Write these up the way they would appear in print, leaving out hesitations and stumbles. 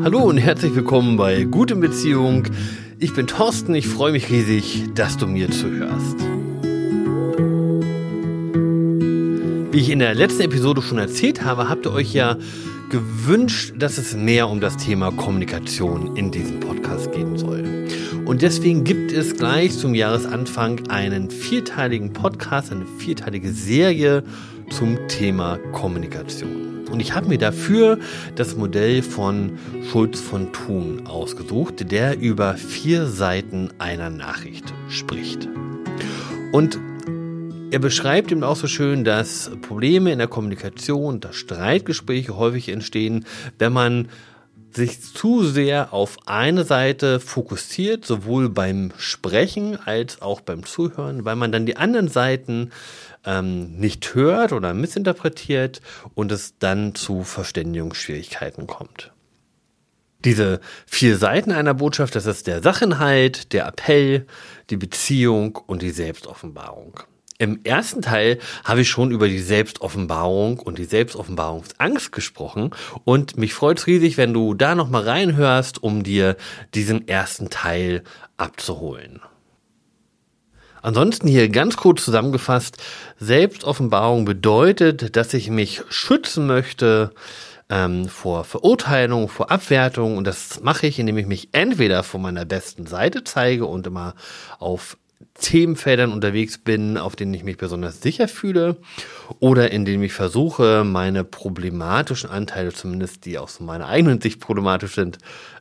Hallo und herzlich willkommen bei Gut in Beziehung. Ich bin Thorsten, ich freue mich riesig, dass du mir zuhörst. Wie ich in der letzten Episode schon erzählt habe, habt ihr euch ja gewünscht, dass es mehr um das Thema Kommunikation in diesem Podcast gehen soll. Und deswegen gibt es gleich zum Jahresanfang einen 4-teiligen Podcast, eine 4-teilige Serie zum Thema Kommunikation. Und ich habe mir dafür das Modell von Schulz von Thun ausgesucht, der über 4 Seiten einer Nachricht spricht. Und er beschreibt eben auch so schön, dass Probleme in der Kommunikation, dass Streitgespräche häufig entstehen, wenn man sich zu sehr auf eine Seite fokussiert, sowohl beim Sprechen als auch beim Zuhören, weil man dann die anderen Seiten nicht hört oder missinterpretiert und es dann zu Verständigungsschwierigkeiten kommt. Diese 4 Seiten einer Botschaft, das ist der Sachinhalt, der Appell, die Beziehung und die Selbstoffenbarung. Im ersten Teil habe ich schon über die Selbstoffenbarung und die Selbstoffenbarungsangst gesprochen und mich freut es riesig, wenn du da nochmal reinhörst, um dir diesen ersten Teil abzuholen. Ansonsten hier ganz kurz zusammengefasst, Selbstoffenbarung bedeutet, dass ich mich schützen möchte vor Verurteilung, vor Abwertung, und das mache ich, indem ich mich entweder von meiner besten Seite zeige und immer auf Themenfeldern unterwegs bin, auf denen ich mich besonders sicher fühle, oder indem ich versuche, meine problematischen Anteile, zumindest die aus meiner eigenen Sicht problematisch sind,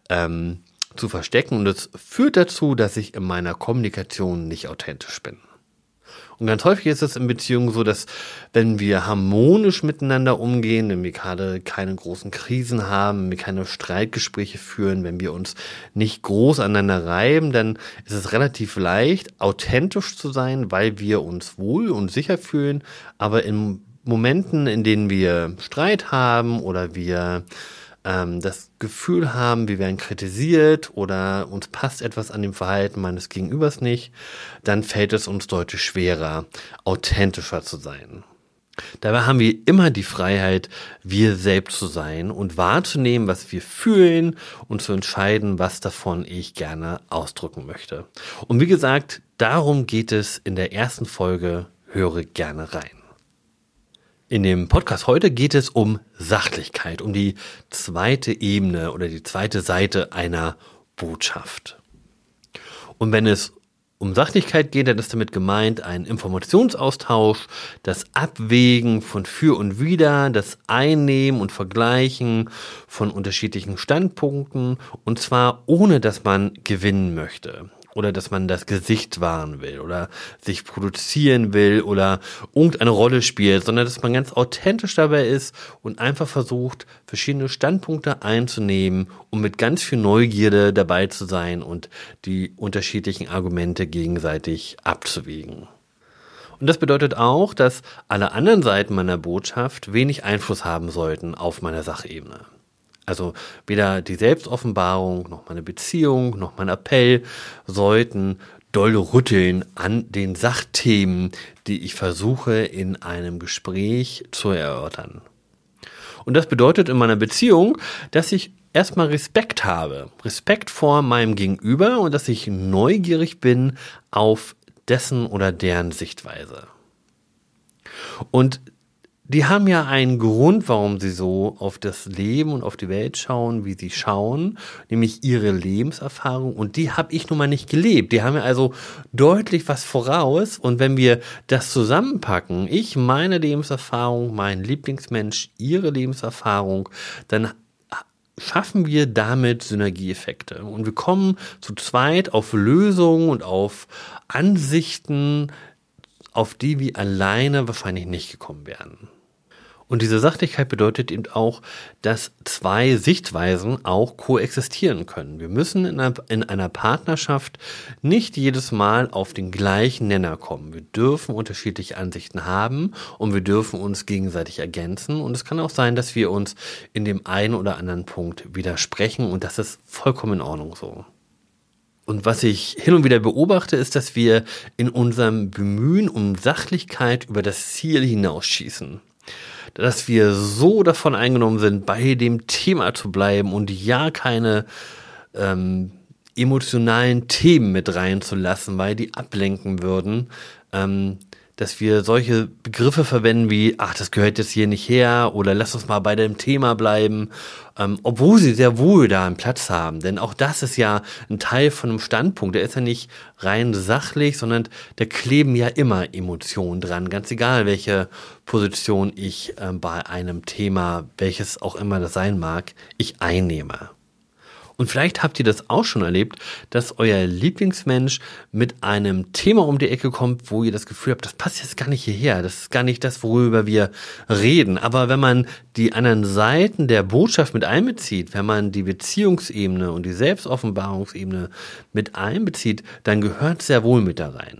zu verstecken, und das führt dazu, dass ich in meiner Kommunikation nicht authentisch bin. Und ganz häufig ist es in Beziehungen so, dass wenn wir harmonisch miteinander umgehen, wenn wir gerade keine großen Krisen haben, wenn wir keine Streitgespräche führen, wenn wir uns nicht groß aneinander reiben, dann ist es relativ leicht, authentisch zu sein, weil wir uns wohl und sicher fühlen. Aber in Momenten, in denen wir Streit haben oder wir das Gefühl haben, wir werden kritisiert oder uns passt etwas an dem Verhalten meines Gegenübers nicht, dann fällt es uns deutlich schwerer, authentischer zu sein. Dabei haben wir immer die Freiheit, wir selbst zu sein und wahrzunehmen, was wir fühlen und zu entscheiden, was davon ich gerne ausdrücken möchte. Und wie gesagt, darum geht es in der ersten Folge. Höre gerne rein. In dem Podcast heute geht es um Sachlichkeit, um die zweite Ebene oder die zweite Seite einer Botschaft. Und wenn es um Sachlichkeit geht, dann ist damit gemeint ein Informationsaustausch, das Abwägen von Für und Wider, das Einnehmen und Vergleichen von unterschiedlichen Standpunkten, und zwar ohne, dass man gewinnen möchte. Oder dass man das Gesicht wahren will oder sich produzieren will oder irgendeine Rolle spielt, sondern dass man ganz authentisch dabei ist und einfach versucht, verschiedene Standpunkte einzunehmen, um mit ganz viel Neugierde dabei zu sein und die unterschiedlichen Argumente gegenseitig abzuwägen. Und das bedeutet auch, dass alle anderen Seiten meiner Botschaft wenig Einfluss haben sollten auf meine Sachebene. Also weder die Selbstoffenbarung, noch meine Beziehung, noch mein Appell sollten doll rütteln an den Sachthemen, die ich versuche in einem Gespräch zu erörtern. Und das bedeutet in meiner Beziehung, dass ich erstmal Respekt habe. Respekt vor meinem Gegenüber und dass ich neugierig bin auf dessen oder deren Sichtweise. Und die haben ja einen Grund, warum sie so auf das Leben und auf die Welt schauen, wie sie schauen, nämlich ihre Lebenserfahrung, und die habe ich nun mal nicht gelebt. Die haben mir also deutlich was voraus, und wenn wir das zusammenpacken, ich, meine Lebenserfahrung, mein Lieblingsmensch, ihre Lebenserfahrung, dann schaffen wir damit Synergieeffekte, und wir kommen zu zweit auf Lösungen und auf Ansichten, auf die wir alleine wahrscheinlich nicht gekommen wären. Und diese Sachlichkeit bedeutet eben auch, dass 2 Sichtweisen auch koexistieren können. Wir müssen in einer Partnerschaft nicht jedes Mal auf den gleichen Nenner kommen. Wir dürfen unterschiedliche Ansichten haben und wir dürfen uns gegenseitig ergänzen. Und es kann auch sein, dass wir uns in dem einen oder anderen Punkt widersprechen, und das ist vollkommen in Ordnung so. Und was ich hin und wieder beobachte, ist, dass wir in unserem Bemühen um Sachlichkeit über das Ziel hinausschießen. dass wir so davon eingenommen sind, bei dem Thema zu bleiben und ja keine emotionalen Themen mit reinzulassen, weil die ablenken würden, dass wir solche Begriffe verwenden wie, ach, das gehört jetzt hier nicht her oder lass uns mal bei dem Thema bleiben, obwohl sie sehr wohl da einen Platz haben. Denn auch das ist ja ein Teil von einem Standpunkt. Der ist ja nicht rein sachlich, sondern da kleben ja immer Emotionen dran. Ganz egal, welche Position ich bei einem Thema, welches auch immer das sein mag, ich einnehme. Und vielleicht habt ihr das auch schon erlebt, dass euer Lieblingsmensch mit einem Thema um die Ecke kommt, wo ihr das Gefühl habt, das passt jetzt gar nicht hierher, das ist gar nicht das, worüber wir reden. Aber wenn man die anderen Seiten der Botschaft mit einbezieht, wenn man die Beziehungsebene und die Selbstoffenbarungsebene mit einbezieht, dann gehört sehr wohl mit da rein.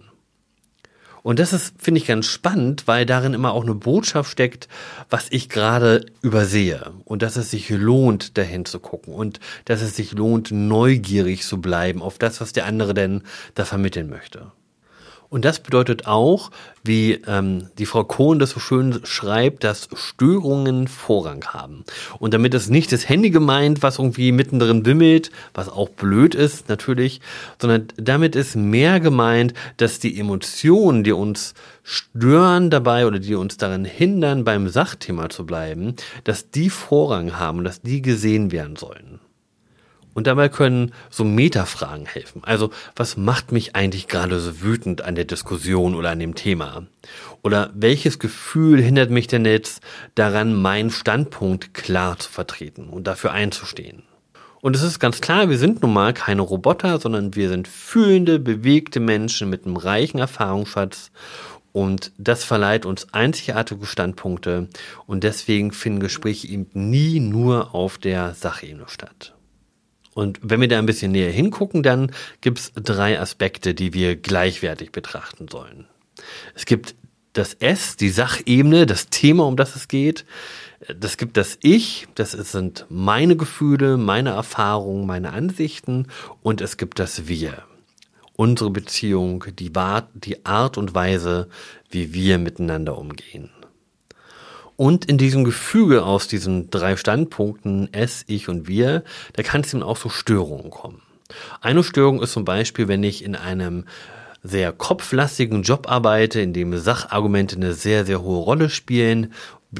Und das ist, finde ich, ganz spannend, weil darin immer auch eine Botschaft steckt, was ich gerade übersehe. Und dass es sich lohnt, dahin zu gucken. Und dass es sich lohnt, neugierig zu bleiben auf das, was der andere denn da vermitteln möchte. Und das bedeutet auch, wie die Frau Kohn das so schön schreibt, dass Störungen Vorrang haben. Und damit ist nicht das Handy gemeint, was irgendwie mittendrin wimmelt, was auch blöd ist natürlich, sondern damit ist mehr gemeint, dass die Emotionen, die uns stören dabei oder die uns daran hindern, beim Sachthema zu bleiben, dass die Vorrang haben und dass die gesehen werden sollen. Und dabei können so Metafragen helfen. Also, was macht mich eigentlich gerade so wütend an der Diskussion oder an dem Thema? Oder welches Gefühl hindert mich denn jetzt daran, meinen Standpunkt klar zu vertreten und dafür einzustehen? Und es ist ganz klar, wir sind nun mal keine Roboter, sondern wir sind fühlende, bewegte Menschen mit einem reichen Erfahrungsschatz. Und das verleiht uns einzigartige Standpunkte. Und deswegen finden Gespräche eben nie nur auf der Sachebene statt. Und wenn wir da ein bisschen näher hingucken, dann gibt es 3 Aspekte, die wir gleichwertig betrachten sollen. Es gibt das S, die Sachebene, das Thema, um das es geht. Das gibt das Ich, sind meine Gefühle, meine Erfahrungen, meine Ansichten. Und es gibt das Wir, unsere Beziehung, die Art und Weise, wie wir miteinander umgehen. Und in diesem Gefüge aus diesen 3 Standpunkten, es, ich und wir, da kann es eben auch so Störungen kommen. Eine Störung ist zum Beispiel, wenn ich in einem sehr kopflastigen Job arbeite, in dem Sachargumente eine sehr, sehr hohe Rolle spielen,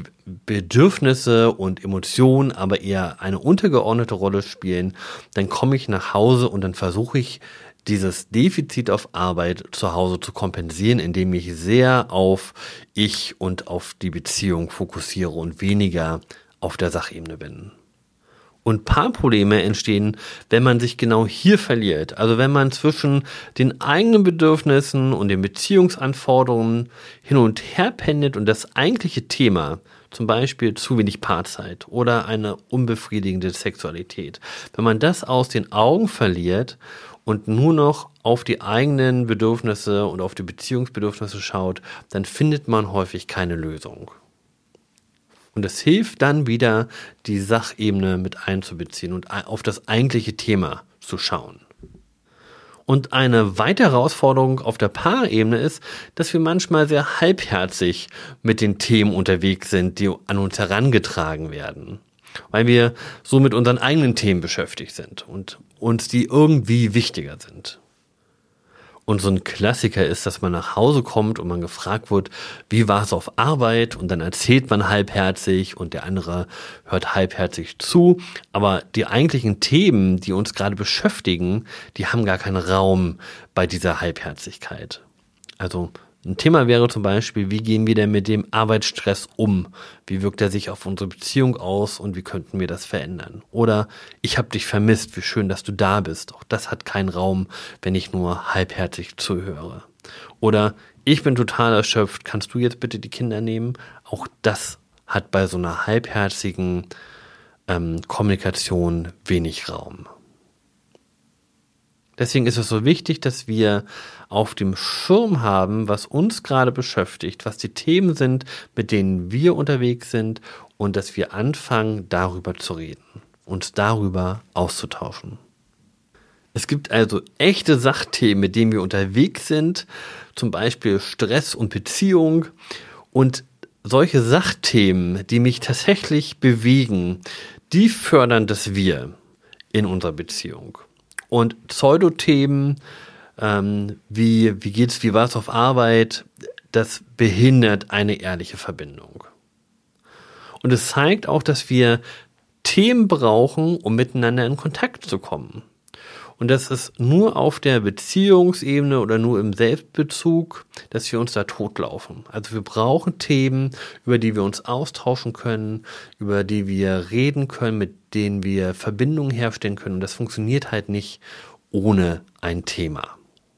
Bedürfnisse und Emotionen aber eher eine untergeordnete Rolle spielen, dann komme ich nach Hause und dann versuche ich, dieses Defizit auf Arbeit zu Hause zu kompensieren, indem ich sehr auf ich und auf die Beziehung fokussiere und weniger auf der Sachebene bin. Und Paarprobleme entstehen, wenn man sich genau hier verliert. Also wenn man zwischen den eigenen Bedürfnissen und den Beziehungsanforderungen hin und her pendelt und das eigentliche Thema, zum Beispiel zu wenig Paarzeit oder eine unbefriedigende Sexualität, wenn man das aus den Augen verliert und nur noch auf die eigenen Bedürfnisse und auf die Beziehungsbedürfnisse schaut, dann findet man häufig keine Lösung. Und es hilft dann wieder, die Sachebene mit einzubeziehen und auf das eigentliche Thema zu schauen. Und eine weitere Herausforderung auf der Paarebene ist, dass wir manchmal sehr halbherzig mit den Themen unterwegs sind, die an uns herangetragen werden, weil wir so mit unseren eigenen Themen beschäftigt sind und uns die irgendwie wichtiger sind. Und so ein Klassiker ist, dass man nach Hause kommt und man gefragt wird, wie war es auf Arbeit? Und dann erzählt man halbherzig und der andere hört halbherzig zu. Aber die eigentlichen Themen, die uns gerade beschäftigen, die haben gar keinen Raum bei dieser Halbherzigkeit. Also ein Thema wäre zum Beispiel, wie gehen wir denn mit dem Arbeitsstress um? Wie wirkt er sich auf unsere Beziehung aus und wie könnten wir das verändern? Oder ich habe dich vermisst, wie schön, dass du da bist. Auch das hat keinen Raum, wenn ich nur halbherzig zuhöre. Oder ich bin total erschöpft, kannst du jetzt bitte die Kinder nehmen? Auch das hat bei so einer halbherzigen Kommunikation wenig Raum. Deswegen ist es so wichtig, dass wir auf dem Schirm haben, was uns gerade beschäftigt, was die Themen sind, mit denen wir unterwegs sind und dass wir anfangen, darüber zu reden, uns darüber auszutauschen. Es gibt also echte Sachthemen, mit denen wir unterwegs sind, zum Beispiel Stress und Beziehung, und solche Sachthemen, die mich tatsächlich bewegen, die fördern das Wir in unserer Beziehung. Und Pseudothemen, wie geht's, wie war's auf Arbeit, das behindert eine ehrliche Verbindung. Und es zeigt auch, dass wir Themen brauchen, um miteinander in Kontakt zu kommen. Und das ist nur auf der Beziehungsebene oder nur im Selbstbezug, dass wir uns da totlaufen. Also wir brauchen Themen, über die wir uns austauschen können, über die wir reden können, mit denen wir Verbindungen herstellen können. Und das funktioniert halt nicht ohne ein Thema.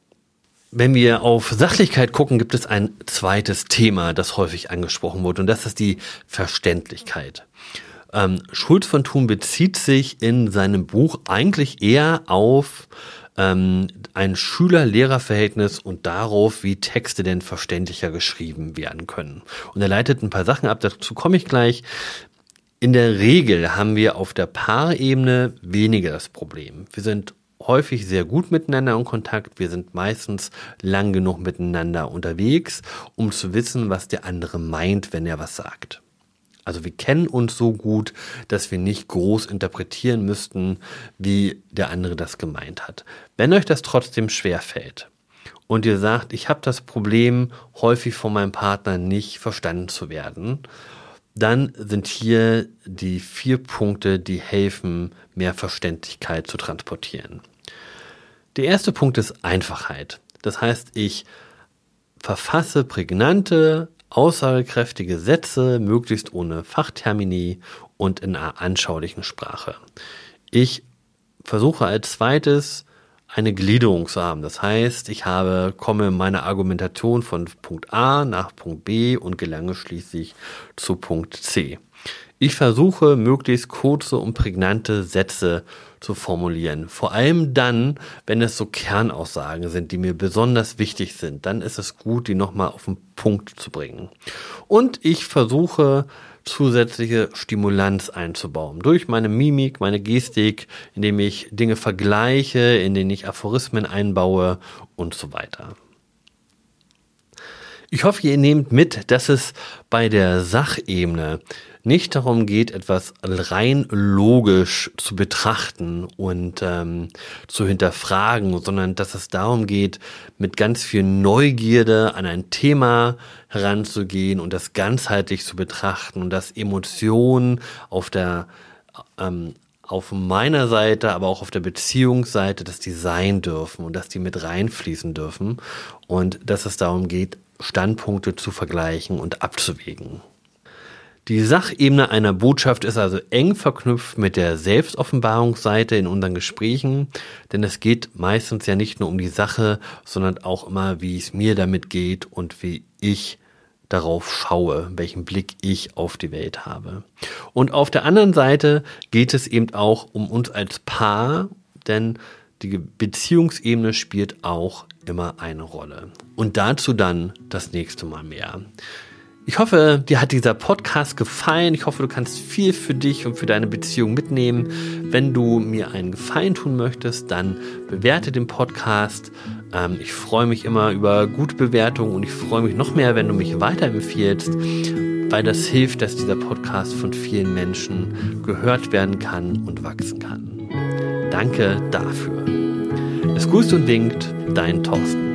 Wenn wir auf Sachlichkeit gucken, gibt es ein zweites Thema, das häufig angesprochen wird, und das ist die Verständlichkeit. Schulz von Thun bezieht sich in seinem Buch eigentlich eher auf ein Schüler-Lehrer-Verhältnis und darauf, wie Texte denn verständlicher geschrieben werden können. Und er leitet ein paar Sachen ab, dazu komme ich gleich. In der Regel haben wir auf der Paarebene weniger das Problem. Wir sind häufig sehr gut miteinander in Kontakt. Wir sind meistens lang genug miteinander unterwegs, um zu wissen, was der andere meint, wenn er was sagt. Also wir kennen uns so gut, dass wir nicht groß interpretieren müssten, wie der andere das gemeint hat. Wenn euch das trotzdem schwerfällt und ihr sagt, ich habe das Problem, häufig von meinem Partner nicht verstanden zu werden, dann sind hier die 4 Punkte, die helfen, mehr Verständlichkeit zu transportieren. Der erste Punkt ist Einfachheit. Das heißt, ich verfasse prägnante, aussagekräftige Sätze, möglichst ohne Fachtermini und in einer anschaulichen Sprache. Ich versuche als zweites eine Gliederung zu haben. Das heißt, ich komme meine Argumentation von Punkt A nach Punkt B und gelange schließlich zu Punkt C. Ich versuche, möglichst kurze und prägnante Sätze zu formulieren. Vor allem dann, wenn es so Kernaussagen sind, die mir besonders wichtig sind, dann ist es gut, die nochmal auf den Punkt zu bringen. Und ich versuche, zusätzliche Stimulanz einzubauen. Durch meine Mimik, meine Gestik, indem ich Dinge vergleiche, in denen ich Aphorismen einbaue und so weiter. Ich hoffe, ihr nehmt mit, dass es bei der Sachebene nicht darum geht, etwas rein logisch zu betrachten und zu hinterfragen, sondern dass es darum geht, mit ganz viel Neugierde an ein Thema heranzugehen und das ganzheitlich zu betrachten und dass Emotionen auf meiner Seite, aber auch auf der Beziehungsseite, dass die sein dürfen und dass die mit reinfließen dürfen und dass es darum geht, Standpunkte zu vergleichen und abzuwägen. Die Sachebene einer Botschaft ist also eng verknüpft mit der Selbstoffenbarungsseite in unseren Gesprächen, denn es geht meistens ja nicht nur um die Sache, sondern auch immer, wie es mir damit geht und wie ich darauf schaue, welchen Blick ich auf die Welt habe. Und auf der anderen Seite geht es eben auch um uns als Paar, denn die Beziehungsebene spielt auch immer eine Rolle. Und dazu dann das nächste Mal mehr. Ich hoffe, dir hat dieser Podcast gefallen. Ich hoffe, du kannst viel für dich und für deine Beziehung mitnehmen. Wenn du mir einen Gefallen tun möchtest, dann bewerte den Podcast. Ich freue mich immer über gute Bewertungen und ich freue mich noch mehr, wenn du mich weiterempfiehlst, weil das hilft, dass dieser Podcast von vielen Menschen gehört werden kann und wachsen kann. Danke dafür. Es grüßt und winkt, dein Thorsten.